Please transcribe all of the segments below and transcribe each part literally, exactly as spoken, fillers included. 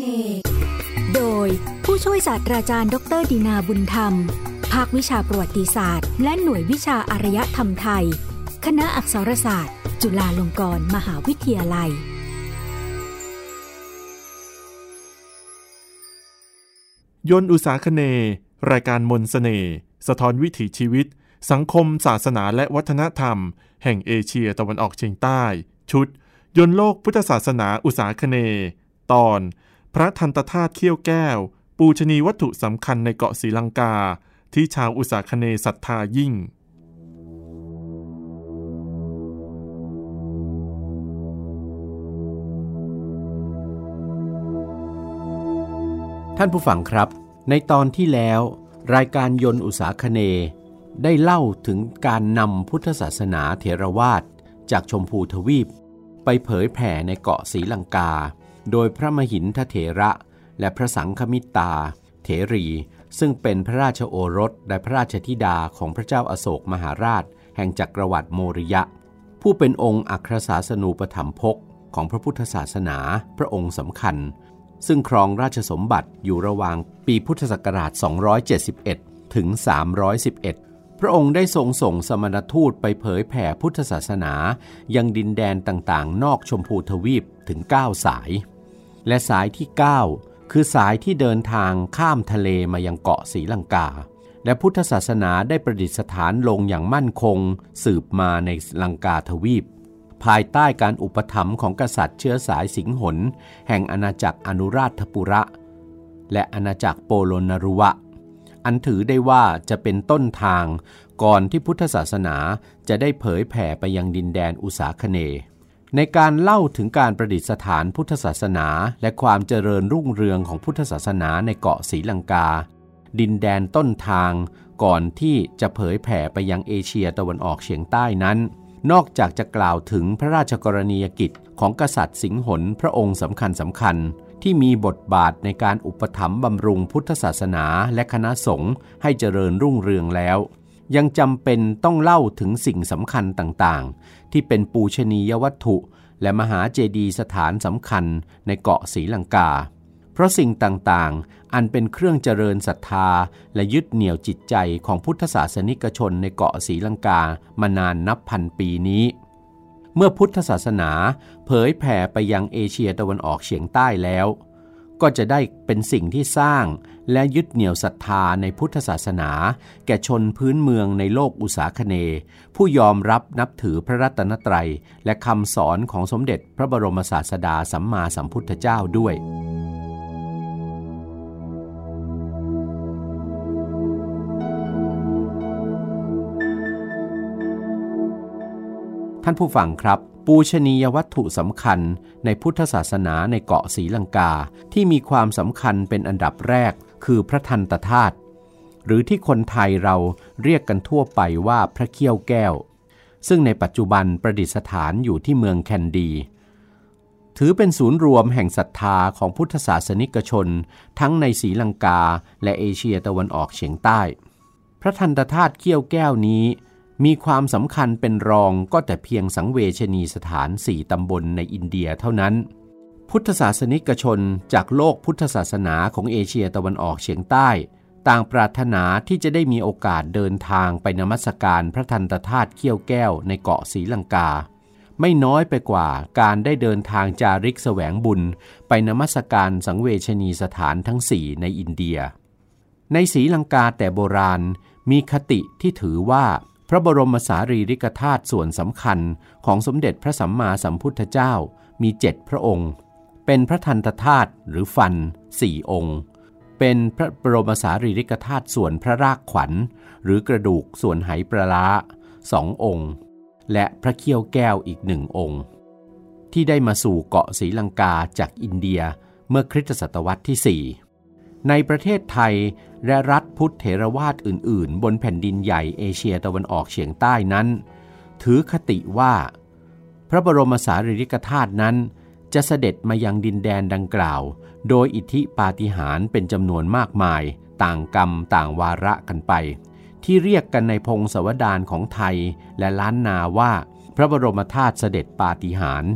โดยผู้ช่วยศาสตราจารย์ดรดินาบุญธรรมภาควิชาประวัติศาสตร์และหน่วยวิชาอารยธรรมไทยคณะอักษรศาสตร์จุฬาลงกรณ์มหาวิทยาลัยยนต์อุษาคเนย์รายการมนต์เสน่ห์สะท้อนวิถีชีวิตสังคมศาสนาและวัฒนธรรมแห่งเอเชียตะวันออกเฉียงใต้ชุดยนต์โลกพุทธศาสนาอุษาคเนย์ตอนพระทันตธาตุเขี้ยวแก้วปูชนียวัตถุสำคัญในเกาะศรีลังกาที่ชาวอุษาคเนย์ศรัทธายิ่งท่านผู้ฟังครับในตอนที่แล้วรายการยนต์อุษาคเนย์ได้เล่าถึงการนำพุทธศาสนาเถรวาทจากชมพูทวีปไปเผยแผ่ในเกาะศรีลังกาโดยพระมหินทเถระและพระสังฆมิตาเถรีซึ่งเป็นพระราชโอรสและพระราชธิดาของพระเจ้าอโศกมหาราชแห่งจักรวรรดิโมริยะผู้เป็นองค์อัครศาสนูปถัมภกของพระพุทธศาสนาพระองค์สำคัญซึ่งครองราชสมบัติอยู่ระหว่างปีพุทธศักราชสองร้อยเจ็ดสิบเอ็ดถึงสามร้อยสิบเอ็ดพระองค์ได้ทรงส่งสมณทูตไปเผยแผ่พุทธศาสนายังดินแดนต่างๆนอกชมพูทวีปถึงเก้าสายและสายที่เก้าคือสายที่เดินทางข้ามทะเลมายังเกาะศรีลังกาและพุทธศาสนาได้ประดิษฐานลงอย่างมั่นคงสืบมาในลังกาทวีปภายใต้การอุปถัมภ์ของกษัตริย์เชื้อสายสิงหนแห่งอาณาจักรอนุราชปุระและอาณาจักรโปโลนารุวะอันถือได้ว่าจะเป็นต้นทางก่อนที่พุทธศาสนาจะได้เผยแผ่ไปยังดินแดนอุษาคเนย์ในการเล่าถึงการประดิษฐานพุทธศาสนาและความเจริญรุ่งเรืองของพุทธศาสนาในเกาะศรีลังกาดินแดนต้นทางก่อนที่จะเผยแผ่ไปยังเอเชียตะวันออกเฉียงใต้นั้นนอกจากจะกล่าวถึงพระราชกรณียกิจของกษัตริย์สิงหนพระองค์สำคัญสำคัญที่มีบทบาทในการอุปถัมภ์บำรุงพุทธศาสนาและคณะสงฆ์ให้เจริญรุ่งเรืองแล้วยังจำเป็นต้องเล่าถึงสิ่งสำคัญต่างๆที่เป็นปูชนียวัตถุและมหาเจดีย์สถานสำคัญในเกาะศรีลังกาเพราะสิ่งต่างๆอันเป็นเครื่องเจริญศรัทธาและยึดเหนี่ยวจิตใจของพุทธศาสนิกชนในเกาะศรีลังกามานานนับพันปีนี้เมื่อพุทธศาสนาเผยแผ่ไปยังเอเชียตะวันออกเฉียงใต้แล้วก็จะได้เป็นสิ่งที่สร้างและยึดเหนี่ยวศรัทธาในพุทธศาสนาแก่ชนพื้นเมืองในโลกอุษาคเนย์ผู้ยอมรับนับถือพระรัตนตรัยและคำสอนของสมเด็จพระบรมศาสดาสัมมาสัมพุทธเจ้าด้วยท่านผู้ฟังครับปูชนียวัตถุสำคัญในพุทธศาสนาในเกาะศรีลังกาที่มีความสำคัญเป็นอันดับแรกคือพระทันตธาตุหรือที่คนไทยเราเรียกกันทั่วไปว่าพระเขี้ยวแก้วซึ่งในปัจจุบันประดิษฐานอยู่ที่เมืองแคนดีถือเป็นศูนย์รวมแห่งศรัทธาของพุทธศาสนิกชนทั้งในศรีลังกาและเอเชียตะวันออกเฉียงใต้พระทันตธาตุเขี้ยวแก้วนี้มีความสำคัญเป็นรองก็แต่เพียงสังเวชนีสถานสี่ตำบลในอินเดียเท่านั้นพุทธศาสนิกชนจากโลกพุทธศาสนาของเอเชียตะวันออกเฉียงใต้ต่างปรารถนาที่จะได้มีโอกาสเดินทางไปนมัสการพระทันตธาตุเขี้ยวแก้วในเกาะศรีลังกาไม่น้อยไปกว่าการได้เดินทางจาริกแสวงบุญไปนมัสการสังเวชนีสถานทั้งสี่ในอินเดียในศรีลังกาแต่โบราณมีคติที่ถือว่าพระบรมสารีริกธาตุส่วนสำคัญของสมเด็จพระสัมมาสัมพุทธเจ้ามีเจ็ดพระองค์เป็นพระทันตธาตุหรือฟันสี่องค์เป็นพระบรมสารีริกธาตุส่วนพระรากขวัญหรือกระดูกส่วนไหปลาร้าสององค์และพระเขี้ยวแก้วอีกหนึ่งองค์ที่ได้มาสู่เกาะศรีลังกาจากอินเดียเมื่อคริสตศตวรรษที่สี่ในประเทศไทยและรัฐพุทธเถรวาทอื่นๆบนแผ่นดินใหญ่เอเชียตะวันออกเฉียงใต้นั้นถือคติว่าพระบรมสารีริกธาตุนั้นจะเสด็จมายังดินแดนดังกล่าวโดยอิทธิปาฏิหาริย์เป็นจำนวนมากมายต่างกรรมต่างวาระกันไปที่เรียกกันในพงศาวดารของไทยและล้านนาว่าพระบรมธาตุเสด็จปาฏิหาริย์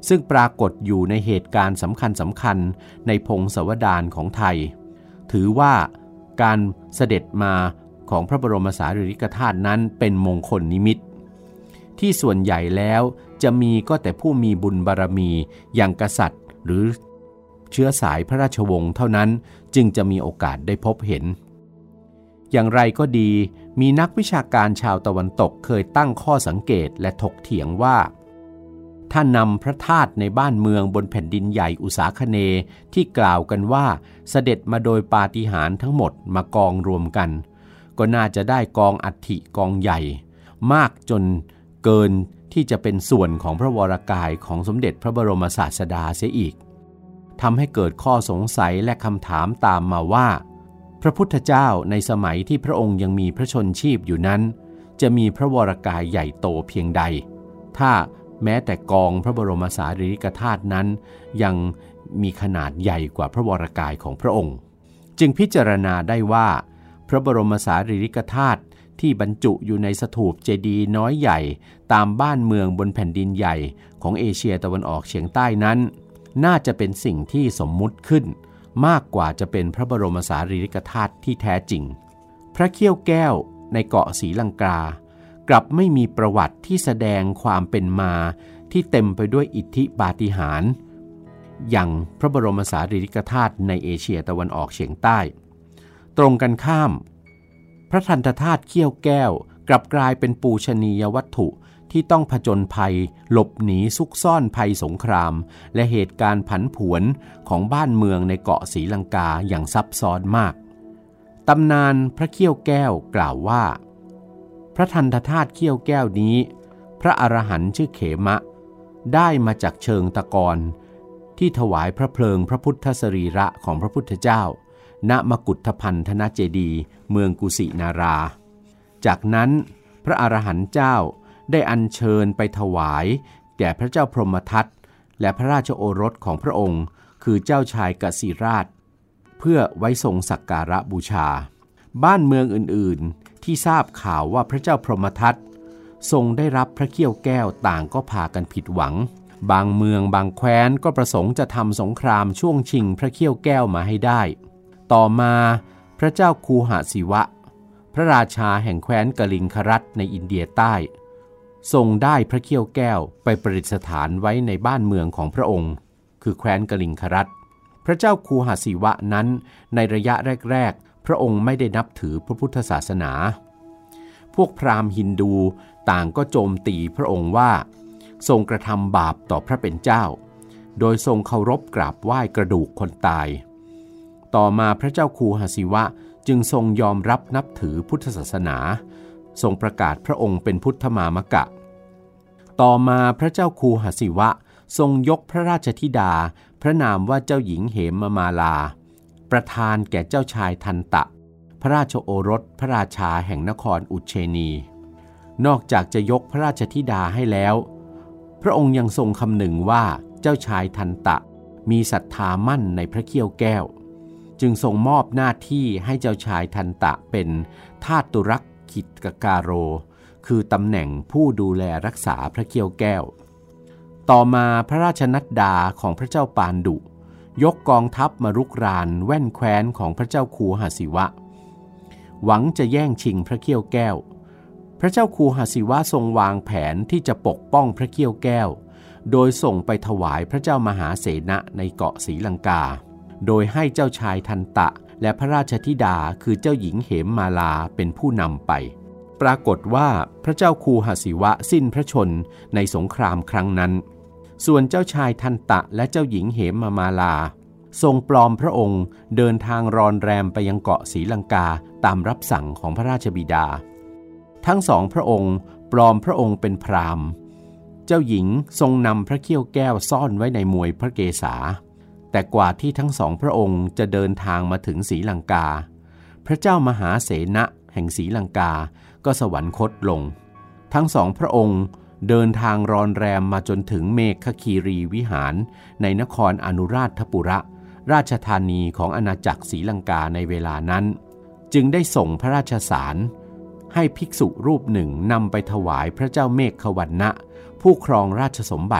ซึ่งปรากฏอยู่ในเหตุการณ์สำคัญสำคัญในพงศาวดารของไทยถือว่าการเสด็จมาของพระบรมสารีริกธาตุนั้นเป็นมงคลนิมิตที่ส่วนใหญ่แล้วจะมีก็แต่ผู้มีบุญบารมีอย่างกษัตริย์หรือเชื้อสายพระราชวงศ์เท่านั้นจึงจะมีโอกาสได้พบเห็นอย่างไรก็ดีมีนักวิชาการชาวตะวันตกเคยตั้งข้อสังเกตและถกเถียงว่าถ้านำพระธาตุในบ้านเมืองบนแผ่นดินใหญ่อุษาคเนย์ที่กล่าวกันว่าเสด็จมาโดยปาฏิหาริย์ทั้งหมดมากองรวมกันก็น่าจะได้กองอัฐิกองใหญ่มากจนเกินที่จะเป็นส่วนของพระวรกายของสมเด็จพระบรมศาสดาเสียอีกทำให้เกิดข้อสงสัยและคำถามตามมาว่าพระพุทธเจ้าในสมัยที่พระองค์ยังมีพระชนชีพอยู่นั้นจะมีพระวรกายใหญ่โตเพียงใดถ้าแม้แต่กองพระบรมสารีริกธาตุนั้นยังมีขนาดใหญ่กว่าพระวรกายของพระองค์จึงพิจารณาได้ว่าพระบรมสารีริกธาตุที่บรรจุอยู่ในสถูปเจดีย์น้อยใหญ่ตามบ้านเมืองบนแผ่นดินใหญ่ของเอเชียตะวันออกเฉียงใต้นั้นน่าจะเป็นสิ่งที่สมมุติขึ้นมากกว่าจะเป็นพระบรมสารีริกธาตุที่แท้จริงพระเขี้ยวแก้วในเกาะศรีลังกากลับไม่มีประวัติที่แสดงความเป็นมาที่เต็มไปด้วยอิทธิปาฏิหาริย์อย่างพระบรมสารีริกธาตุในเอเชียตะวันออกเฉียงใต้ตรงกันข้ามพระทันตธาตุเขี้ยวแก้วกลับกลายเป็นปูชนียวัตถุที่ต้องผจญภัยหลบหนีซุกซ่อนภัยสงครามและเหตุการณ์ผันผวนของบ้านเมืองในเกาะศรีลังกาอย่างซับซ้อนมากตำนานพระเขี้ยวแก้วกล่าวว่าพระทันตธาตุเขี้ยวแก้วนี้พระอรหันต์ชื่อเขมะได้มาจากเชิงตะกอนที่ถวายพระเพลิงพระพุทธสรีระของพระพุทธเจ้าณมกุฏพันธนเจดีย์เมืองกุสินาราจากนั้นพระอรหันต์เจ้าได้อัญเชิญไปถวายแด่พระเจ้าพรหมทัตและพระราชโอรสของพระองค์คือเจ้าชายกสิราชเพื่อไว้ทรงสักการะบูชาบ้านเมืองอื่นๆที่ทราบข่าวว่าพระเจ้าพรหมทัตทรงได้รับพระเขี้ยวแก้วต่างก็พากันผิดหวังบางเมืองบางแคว้นก็ประสงค์จะทำสงครามช่วงชิงพระเขี้ยวแก้วมาให้ได้ต่อมาพระเจ้าคูหศิวะพระราชาแห่งแคว้นกลิงครัตในอินเดียใต้ทรงได้พระเขี้ยวแก้วไปประดิษฐานไว้ในบ้านเมืองของพระองค์คือแคว้นกลิงครัตพระเจ้าคูหศิวะนั้นในระยะแรกๆพระองค์ไม่ได้นับถือพระพุทธศาสนาพวกพราหมณ์ฮินดูต่างก็โจมตีพระองค์ว่าทรงกระทำบาปต่อพระเป็นเจ้าโดยทรงเคารพกราบไหว้กระดูกคนตายต่อมาพระเจ้าคูหศิวะจึงทรงยอมรับนับถือพุทธศาสนาทรงประกาศพระองค์เป็นพุทธมามกะต่อมาพระเจ้าคูหศิวะทรงยกพระราชธิดาพระนามว่าเจ้าหญิงเหมมาลาประทานแก่เจ้าชายทันตะพระราชโอรสพระราชาแห่งนครอุเชนีนอกจากจะยกพระราชธิดาให้แล้วพระองค์ยังทรงคำนึงว่าเจ้าชายทันตะมีศรัทธามั่นในพระเขี้ยวแก้วจึงทรงมอบหน้าที่ให้เจ้าชายทันตะเป็นทาตุรักขิตกาโรคือตำแหน่งผู้ดูแลรักษาพระเขี้ยวแก้วต่อมาพระราชนัดดาของพระเจ้าปานดุยกกองทัพมารุกรานแว่นแคว้นของพระเจ้าคูหศิวะหวังจะแย่งชิงพระเขี้ยวแก้วพระเจ้าคูหศิวะทรงวางแผนที่จะปกป้องพระเขี้ยวแก้วโดยส่งไปถวายพระเจ้ามหาเสนะในเกาะศรีลังกาโดยให้เจ้าชายทันตะและพระราชธิดาคือเจ้าหญิงเหมมาลาเป็นผู้นำไปปรากฏว่าพระเจ้าคูหศิวะสิ้นพระชนในสงครามครั้งนั้นส่วนเจ้าชายทันตะและเจ้าหญิงเหมมาลาทรงปลอมพระองค์เดินทางรอนแรมไปยังเกาะศรีลังกาตามรับสั่งของพระราชบิดาทั้งสองพระองค์ปลอมพระองค์เป็นพราหมณ์เจ้าหญิงทรงนำพระเขี้ยวแก้วซ่อนไว้ในมวยพระเกศาแต่กว่าที่ทั้งสองพระองค์จะเดินทางมาถึงศรีลังกาพระเจ้ามหาเสนะแห่งศรีลังกาก็สวรรคตลงทั้งสองพระองค์เดินทางรอนแรมมาจนถึงเมฆคีรีวิหารในนครอนุราชปุระราชธานีของอาณาจักรศรีลังกาในเวลานั้นจึงได้ส่งพระราชสารให้ภิกษุรูปหนึ่งนำไปถวายพระเจ้าเมฆขวัณณะผู้ครองราชสมบัติ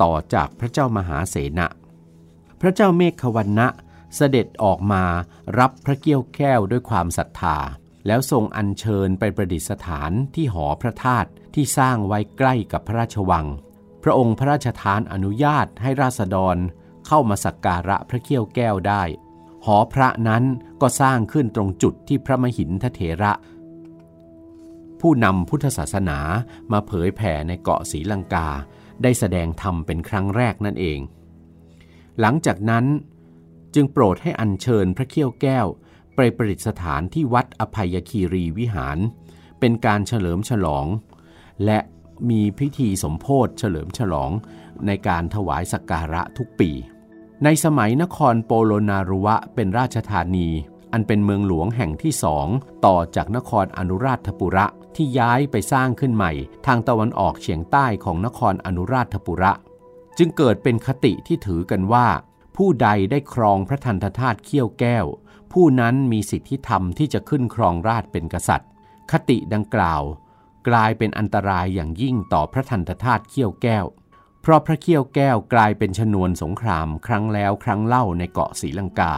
ต่อจากพระเจ้ามหาเสนะพระเจ้าเมฆวรรณะเสด็จออกมารับพระเกี้ยวแก้วด้วยความศรัทธาแล้วทรงอัญเชิญไปประดิษฐานที่หอพระธาตุที่สร้างไว้ใกล้กับพระราชวังพระองค์พระราชทานอนุญาตให้ราษฎรเข้ามาสักการะพระเกี้ยวแก้วได้หอพระนั้นก็สร้างขึ้นตรงจุดที่พระมหินทเถระผู้นำพุทธศาสนามาเผยแผ่ในเกาะศรีลังกาได้แสดงธรรมเป็นครั้งแรกนั่นเองหลังจากนั้นจึงโปรดให้อัญเชิญพระเกี้ยวแก้วไปประดิษฐานที่วัดอภัยคีรีวิหารเป็นการเฉลิมฉลองและมีพิธีสมโภชเฉลิมฉลองในการถวายสักการะทุกปีในสมัยนครโปโลนารุวะเป็นราชธานีอันเป็นเมืองหลวงแห่งที่สองต่อจากนครอนุราธปุระที่ย้ายไปสร้างขึ้นใหม่ทางตะวันออกเฉียงใต้ของนครอนุราธปุระจึงเกิดเป็นคติที่ถือกันว่าผู้ใดได้ครองพระทันตธาตุเขี้ยวแก้วผู้นั้นมีสิทธิธรรมที่จะขึ้นครองราชย์เป็นกษัตริย์คติดังกล่าวกลายเป็นอันตรายอย่างยิ่งต่อพระทันตธาตุเขี้ยวแก้วเพราะพระเขี้ยวแก้วกลายเป็นชนวนสงครามครั้งแล้วครั้งเล่าในเกาะศรีลังกา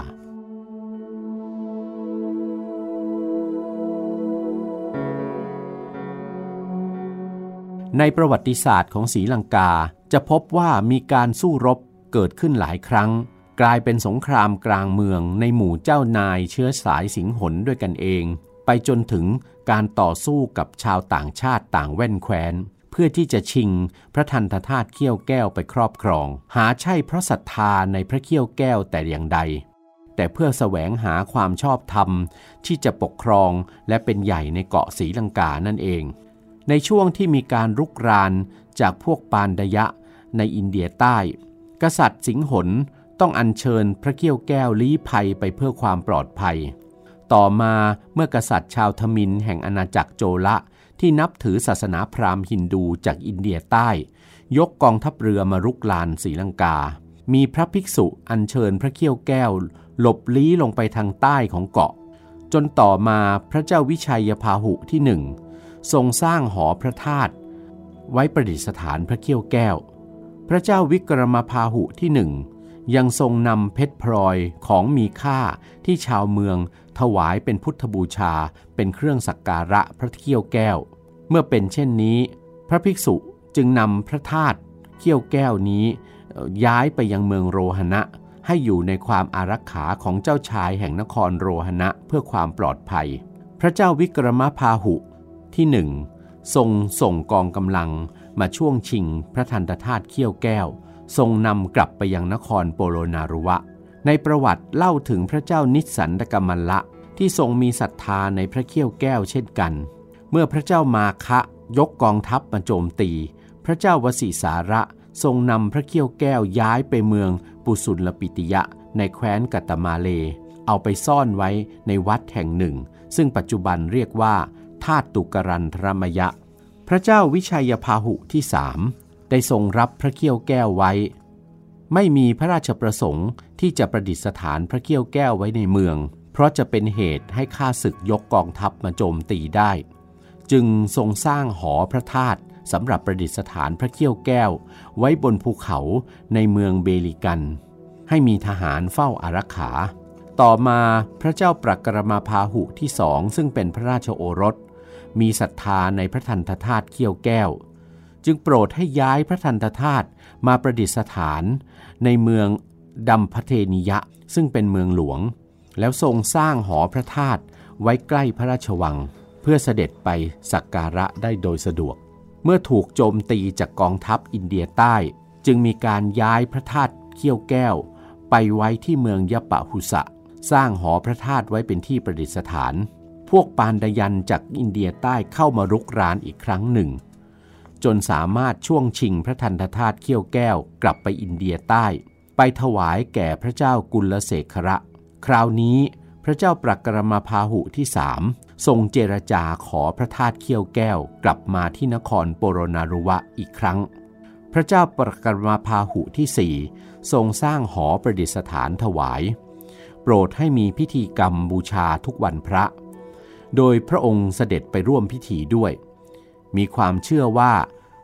ในประวัติศาสตร์ของศรีลังกาจะพบว่ามีการสู้รบเกิดขึ้นหลายครั้งกลายเป็นสงครามกลางเมืองในหมู่เจ้านายเชื้อสายสิงหนด้วยกันเองไปจนถึงการต่อสู้กับชาวต่างชาติต่างแว่นแคว้นเพื่อที่จะชิงพระทันตธาตุเขี้ยวแก้วไปครอบครองหาใช่เพราะศรัทธาในพระเขี้ยวแก้วแต่อย่างใดแต่เพื่อแสวงหาความชอบธรรมที่จะปกครองและเป็นใหญ่ในเกาะศรีลังกานั่นเองในช่วงที่มีการรุกรานจากพวกปานดยะในอินเดียใต้กษัตริย์สิงหนต้องอัญเชิญพระเขี้ยวแก้วลี้ภัยไปเพื่อความปลอดภัยต่อมาเมื่อกษัตริย์ชาวทมิฬแห่งอาณาจักรโจละที่นับถือศาสนาพราหมณ์ฮินดูจากอินเดียใต้ยกกองทัพเรือมารุกรานศรีลังกามีพระภิกษุอัญเชิญพระเขี้ยวแก้วหลบลี้ลงไปทางใต้ของเกาะจนต่อมาพระเจ้าวิชัยพาหุที่หนึ่งทรงสร้างหอพระธาตุไว้ประดิษฐานพระเขี้ยวแก้วพระเจ้าวิกรมพาหุที่หนึ่งยังทรงนำเพชรพลอยของมีค่าที่ชาวเมืองถวายเป็นพุทธบูชาเป็นเครื่องสักการะพระเขี้ยวแก้วเมื่อเป็นเช่นนี้พระภิกษุจึงนำพระธาตุเขี้ยวแก้วนี้ย้ายไปยังเมืองโรหณะให้อยู่ในความอารักขาของเจ้าชายแห่งนครโรหณะเพื่อความปลอดภัยพระเจ้าวิกรมพาหุที่หนึ่งทรงส่งกองกำลังมาช่วงชิงพระทันตธาตุเขี้ยวแก้วทรงนำกลับไปยังนครโปโลนารุวะในประวัติเล่าถึงพระเจ้านิสสันตกมัลละที่ทรงมีศรัทธาในพระเขี้ยวแก้วเช่นกันเมื่อพระเจ้ามาคะยกกองทัพมาโจมตีพระเจ้าวสีสาระทรงนำพระเขี้ยวแก้วย้ายไปเมืองปุสุลปิติยะในแคว้นกัตมาเลเอาไปซ่อนไว้ในวัดแห่งหนึ่งซึ่งปัจจุบันเรียกว่าธาตุตุกรันทรมยะพระเจ้าวิชัยพาหุที่สามได้ทรงรับพระเขี้ยวแก้วไว้ไม่มีพระราชประสงค์ที่จะประดิษฐานพระเขี้ยวแก้วไว้ในเมืองเพราะจะเป็นเหตุให้ข้าศึกยกกองทัพมาโจมตีได้จึงทรงสร้างหอพระธาตุสำหรับประดิษฐานพระเขี้ยวแก้วไว้บนภูเขาในเมืองเบลิกันให้มีทหารเฝ้าอารักขาต่อมาพระเจ้าปรักรมาพาหุที่สองซึ่งเป็นพระราชโอรสมีศรัทธาในพระทันตธาตุเขี้ยวแก้วจึงโปรดให้ย้ายพระทันตธาตุมาประดิษฐานในเมืองดัมพเทนิยะซึ่งเป็นเมืองหลวงแล้วทรงสร้างหอพระธาตุไว้ใกล้พระราชวังเพื่อเสด็จไปสักการะได้โดยสะดวกเมื่อถูกโจมตีจากกองทัพอินเดียใต้จึงมีการย้ายพระธาตุเขี้ยวแก้วไปไว้ที่เมืองยะปะหุสะสร้างหอพระธาตุไว้เป็นที่ประดิษฐานพวกปานดยันจากอินเดียใต้เข้ามารุกรานอีกครั้งหนึ่งจนสามารถช่วงชิงพระทันตธาตุเขี้ยวแก้วกลับไปอินเดียใต้ไปถวายแก่พระเจ้ากุลเสขระคราวนี้พระเจ้าปรักรมาพาหุที่สามทรงเจรจาขอพระธาตุเขี้ยวแก้วกลับมาที่นครโปโรนารุวะอีกครั้งพระเจ้าปรักรมาพาหุที่สี่ทรงสร้างหอประดิษฐานถวายโปรดให้มีพิธีกรรมบูชาทุกวันพระโดยพระองค์เสด็จไปร่วมพิธีด้วยมีความเชื่อว่า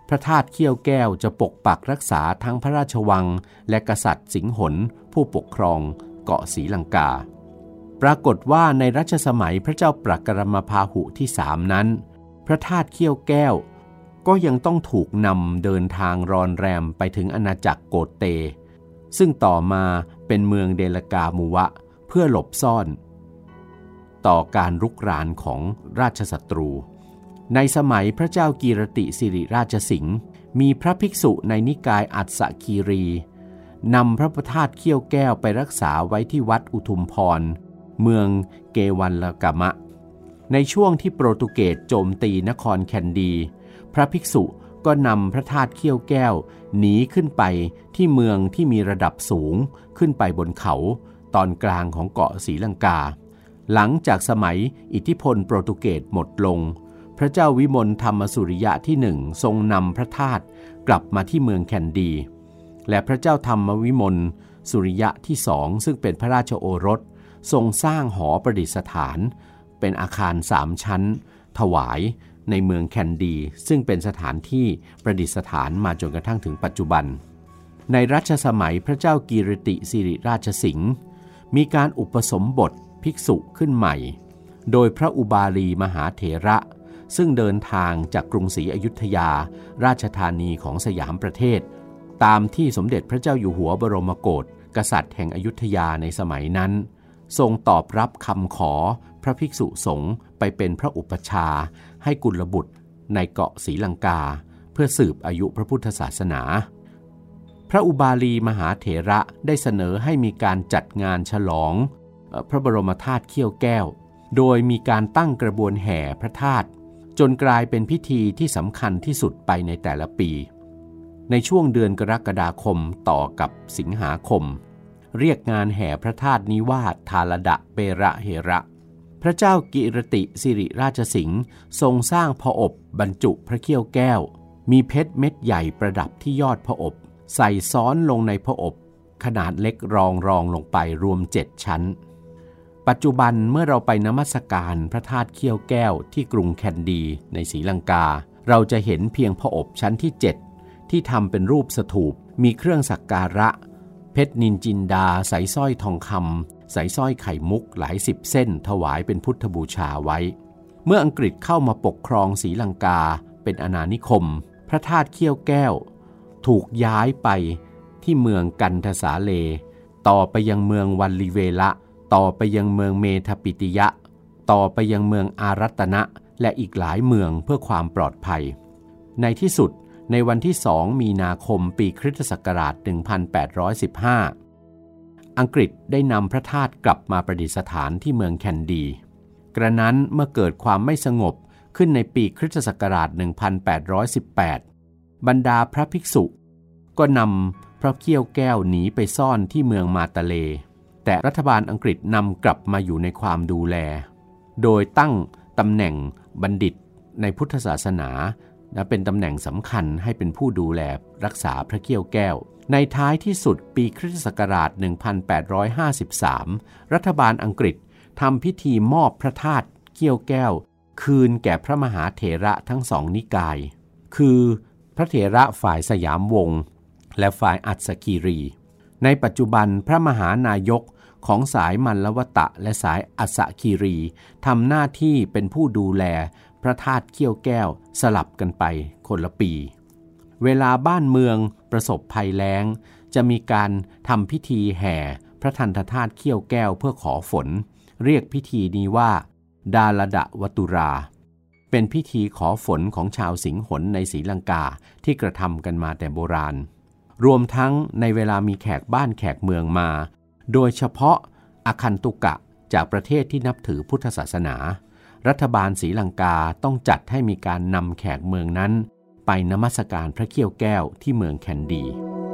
พระธาตุเขี้ยวแก้วจะปกปักรักษาทั้งพระราชวังและกษัตริย์สิงหนผู้ปกครองเกาะศรีลังกาปรากฏว่าในรัชสมัยพระเจ้าปกรมพาหุที่สามนั้นพระธาตุเขี้ยวแก้วก็ยังต้องถูกนำเดินทางรอนแรมไปถึงอาณาจักรโกเตซึ่งต่อมาเป็นเมืองเดลกามุวะเพื่อหลบซ่อนต่อการรุกรานของราชศัตรูในสมัยพระเจ้ากีรติสิริราชสิงห์มีพระภิกษุในนิกายอัสสคีรีนำพระธาตุเขี้ยวแก้วไปรักษาไว้ที่วัดอุทุมพรเมืองเกวัลลกามะในช่วงที่โปรตุเกสโจมตีนครแคนดีพระภิกษุก็นำพระธาตุเขี้ยวแก้วหนีขึ้นไปที่เมืองที่มีระดับสูงขึ้นไปบนเขาตอนกลางของเกาะศรีลังกาหลังจากสมัยอิทธิพลโปรตุเกสหมดลงพระเจ้าวิมลธรรมสุริยะที่หนึ่งทรงนำพระธาตุกลับมาที่เมืองแคนดีและพระเจ้าธรรมวิมลสุริยะที่สองซึ่งเป็นพระราชโอรสทรงสร้างหอประดิษฐานเป็นอาคารสามชั้นถวายในเมืองแคนดีซึ่งเป็นสถานที่ประดิษฐานมาจนกระทั่งถึงปัจจุบันในรัชสมัยพระเจ้ากีรติสิริราชสิงห์มีการอุปสมบทภิกษุขึ้นใหม่โดยพระอุบาลีมหาเถระซึ่งเดินทางจากกรุงศรีอยุธยาราชธานีของสยามประเทศตามที่สมเด็จพระเจ้าอยู่หัวบรมโกศกษัตริย์แห่งอยุธยาในสมัยนั้นทรงตอบรับคำขอพระภิกษุสงฆ์ไปเป็นพระอุปชาให้กุลบุตรในเกาะศรีลังกาเพื่อสืบอายุพระพุทธศาสนาพระอุบาลีมหาเถระได้เสนอให้มีการจัดงานฉลองพระบรมธาตุเขี้ยวแก้วโดยมีการตั้งกระบวนแห่พระธาตุจนกลายเป็นพิธีที่สำคัญที่สุดไปในแต่ละปีในช่วงเดือนกรกฎาคมต่อกับสิงหาคมเรียกงานแห่พระธาตุนี้ว่าทาลดะเประเหระพระเจ้ากิรติสิริราชสิงห์ทรงสร้างพระอบบรรจุพระเขี้ยวแก้วมีเพชรเม็ดใหญ่ประดับที่ยอดพระอบใส่ซ้อนลงในพระอบขนาดเล็กรองรองลงไปรวมเจ็ดชั้นปัจจุบันเมื่อเราไปนมัสการพระธาตุเขี้ยวแก้วที่กรุงแคนดีในศรีลังกาเราจะเห็นเพียงพระอบชั้นที่เจ็ดที่ทำเป็นรูปสถูปมีเครื่องสักการะเพชรนินจินดาใส่สร้อยทองคำใส่สร้อยไข่มุกหลายสิบเส้นถวายเป็นพุทธบูชาไว้เมื่ออังกฤษเข้ามาปกครองศรีลังกาเป็นอาณานิคมพระธาตุเขี้ยวแก้วถูกย้ายไปที่เมืองกันทสาเลต่อไปยังเมืองวัลลิเวละต่อไปยังเมืองเมทปิติยะต่อไปยังเมืองอารัตนะและอีกหลายเมืองเพื่อความปลอดภัยในที่สุดในวันที่สองมีนาคมปีคริสตศักราชหนึ่งพันแปดร้อยสิบห้าอังกฤษได้นำพระธาตุกลับมาประดิษฐานที่เมืองแคนดีกระนั้นเมื่อเกิดความไม่สงบขึ้นในปีคริสตศักราชหนึ่งพันแปดร้อยสิบแปดบรรดาพระภิกษุก็นำพระเขี้ยวแก้วหนีไปซ่อนที่เมืองมาตาเลแต่รัฐบาลอังกฤษนำกลับมาอยู่ในความดูแลโดยตั้งตำแหน่งบัณฑิตในพุทธศาสนาและเป็นตำแหน่งสำคัญให้เป็นผู้ดูแลรักษาพระเขี้ยวแก้วในท้ายที่สุดปีคริสตศักราชหนึ่งพันแปดร้อยห้าสิบสามรัฐบาลอังกฤษทำพิธีมอบพระธาตุเขี้ยวแก้วคืนแก่พระมหาเถระทั้งสองนิกายคือพระเถระฝ่ายสยามวงศ์และฝ่ายอัสสคีรีในปัจจุบันพระมหานายกของสายมัลลวตะและสายอัสสคีรีทำหน้าที่เป็นผู้ดูแลพระธาตุเขี้ยวแก้วสลับกันไปคนละปีเวลาบ้านเมืองประสบภัยแล้งจะมีการทำพิธีแห่พระทันตธาตุเขี้ยวแก้วเพื่อขอฝนเรียกพิธีนี้ว่าดาลดะวตุราเป็นพิธีขอฝนของชาวสิงหนในศรีลังกาที่กระทำกันมาแต่โบราณรวมทั้งในเวลามีแขกบ้านแขกเมืองมาโดยเฉพาะอคันตุกะจากประเทศที่นับถือพุทธศาสนารัฐบาลศรีลังกาต้องจัดให้มีการนำแขกเมืองนั้นไปนมัสการพระเขี้ยวแก้วที่เมืองแคนดี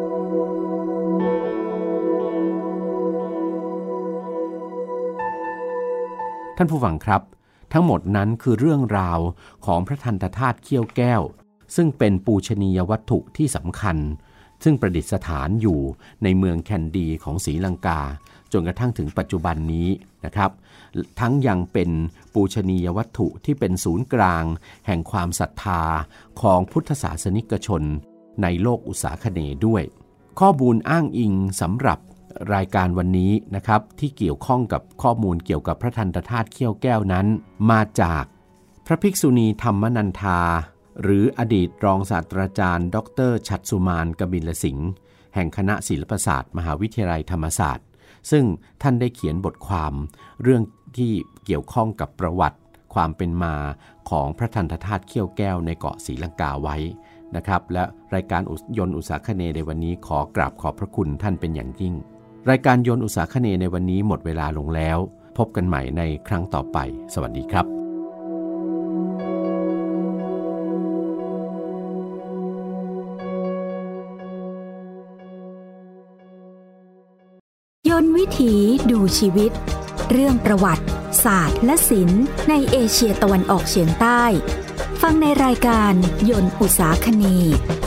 ท่านผู้ฟังครับทั้งหมดนั้นคือเรื่องราวของพระทันตธาตุเขี้ยวแก้วซึ่งเป็นปูชนียวัตถุที่สำคัญซึ่งประดิษฐานอยู่ในเมืองแคนดีของศรีลังกาจนกระทั่งถึงปัจจุบันนี้นะครับทั้งยังเป็นปูชนียวัตถุที่เป็นศูนย์กลางแห่งความศรัทธาของพุทธศาสนิกชนในโลกอุษาคเนย์ด้วยข้อมูลอ้างอิงสำหรับรายการวันนี้นะครับที่เกี่ยวข้องกับข้อมูลเกี่ยวกับพระทันตธาตุเขี้ยวแก้วนั้นมาจากพระภิกษุณีธรรมนันทาหรืออดีตรองศาสตราจารย์ดรชัดสุมานกบิลสิงห์แห่งคณะศิลปศาสตร์มหาวิทยาลัยธรรมศาสตร์ซึ่งท่านได้เขียนบทความเรื่องที่เกี่ยวข้องกับประวัติความเป็นมาของพระทันตธาตุเขี้ยวแก้วในเกาะศรีลังกาไว้นะครับและรายการยนต์อุษาคเนย์ในวันนี้ขอกราบขอบพระคุณท่านเป็นอย่างยิ่งรายการยนต์อุษาคเนย์ในวันนี้หมดเวลาลงแล้วพบกันใหม่ในครั้งต่อไปสวัสดีครับยนต์วิถีดูชีวิตเรื่องประวัติศาสตร์และศิลป์ในเอเชียตะวันออกเฉียงใต้ฟังในรายการยนต์อุษาคเนย์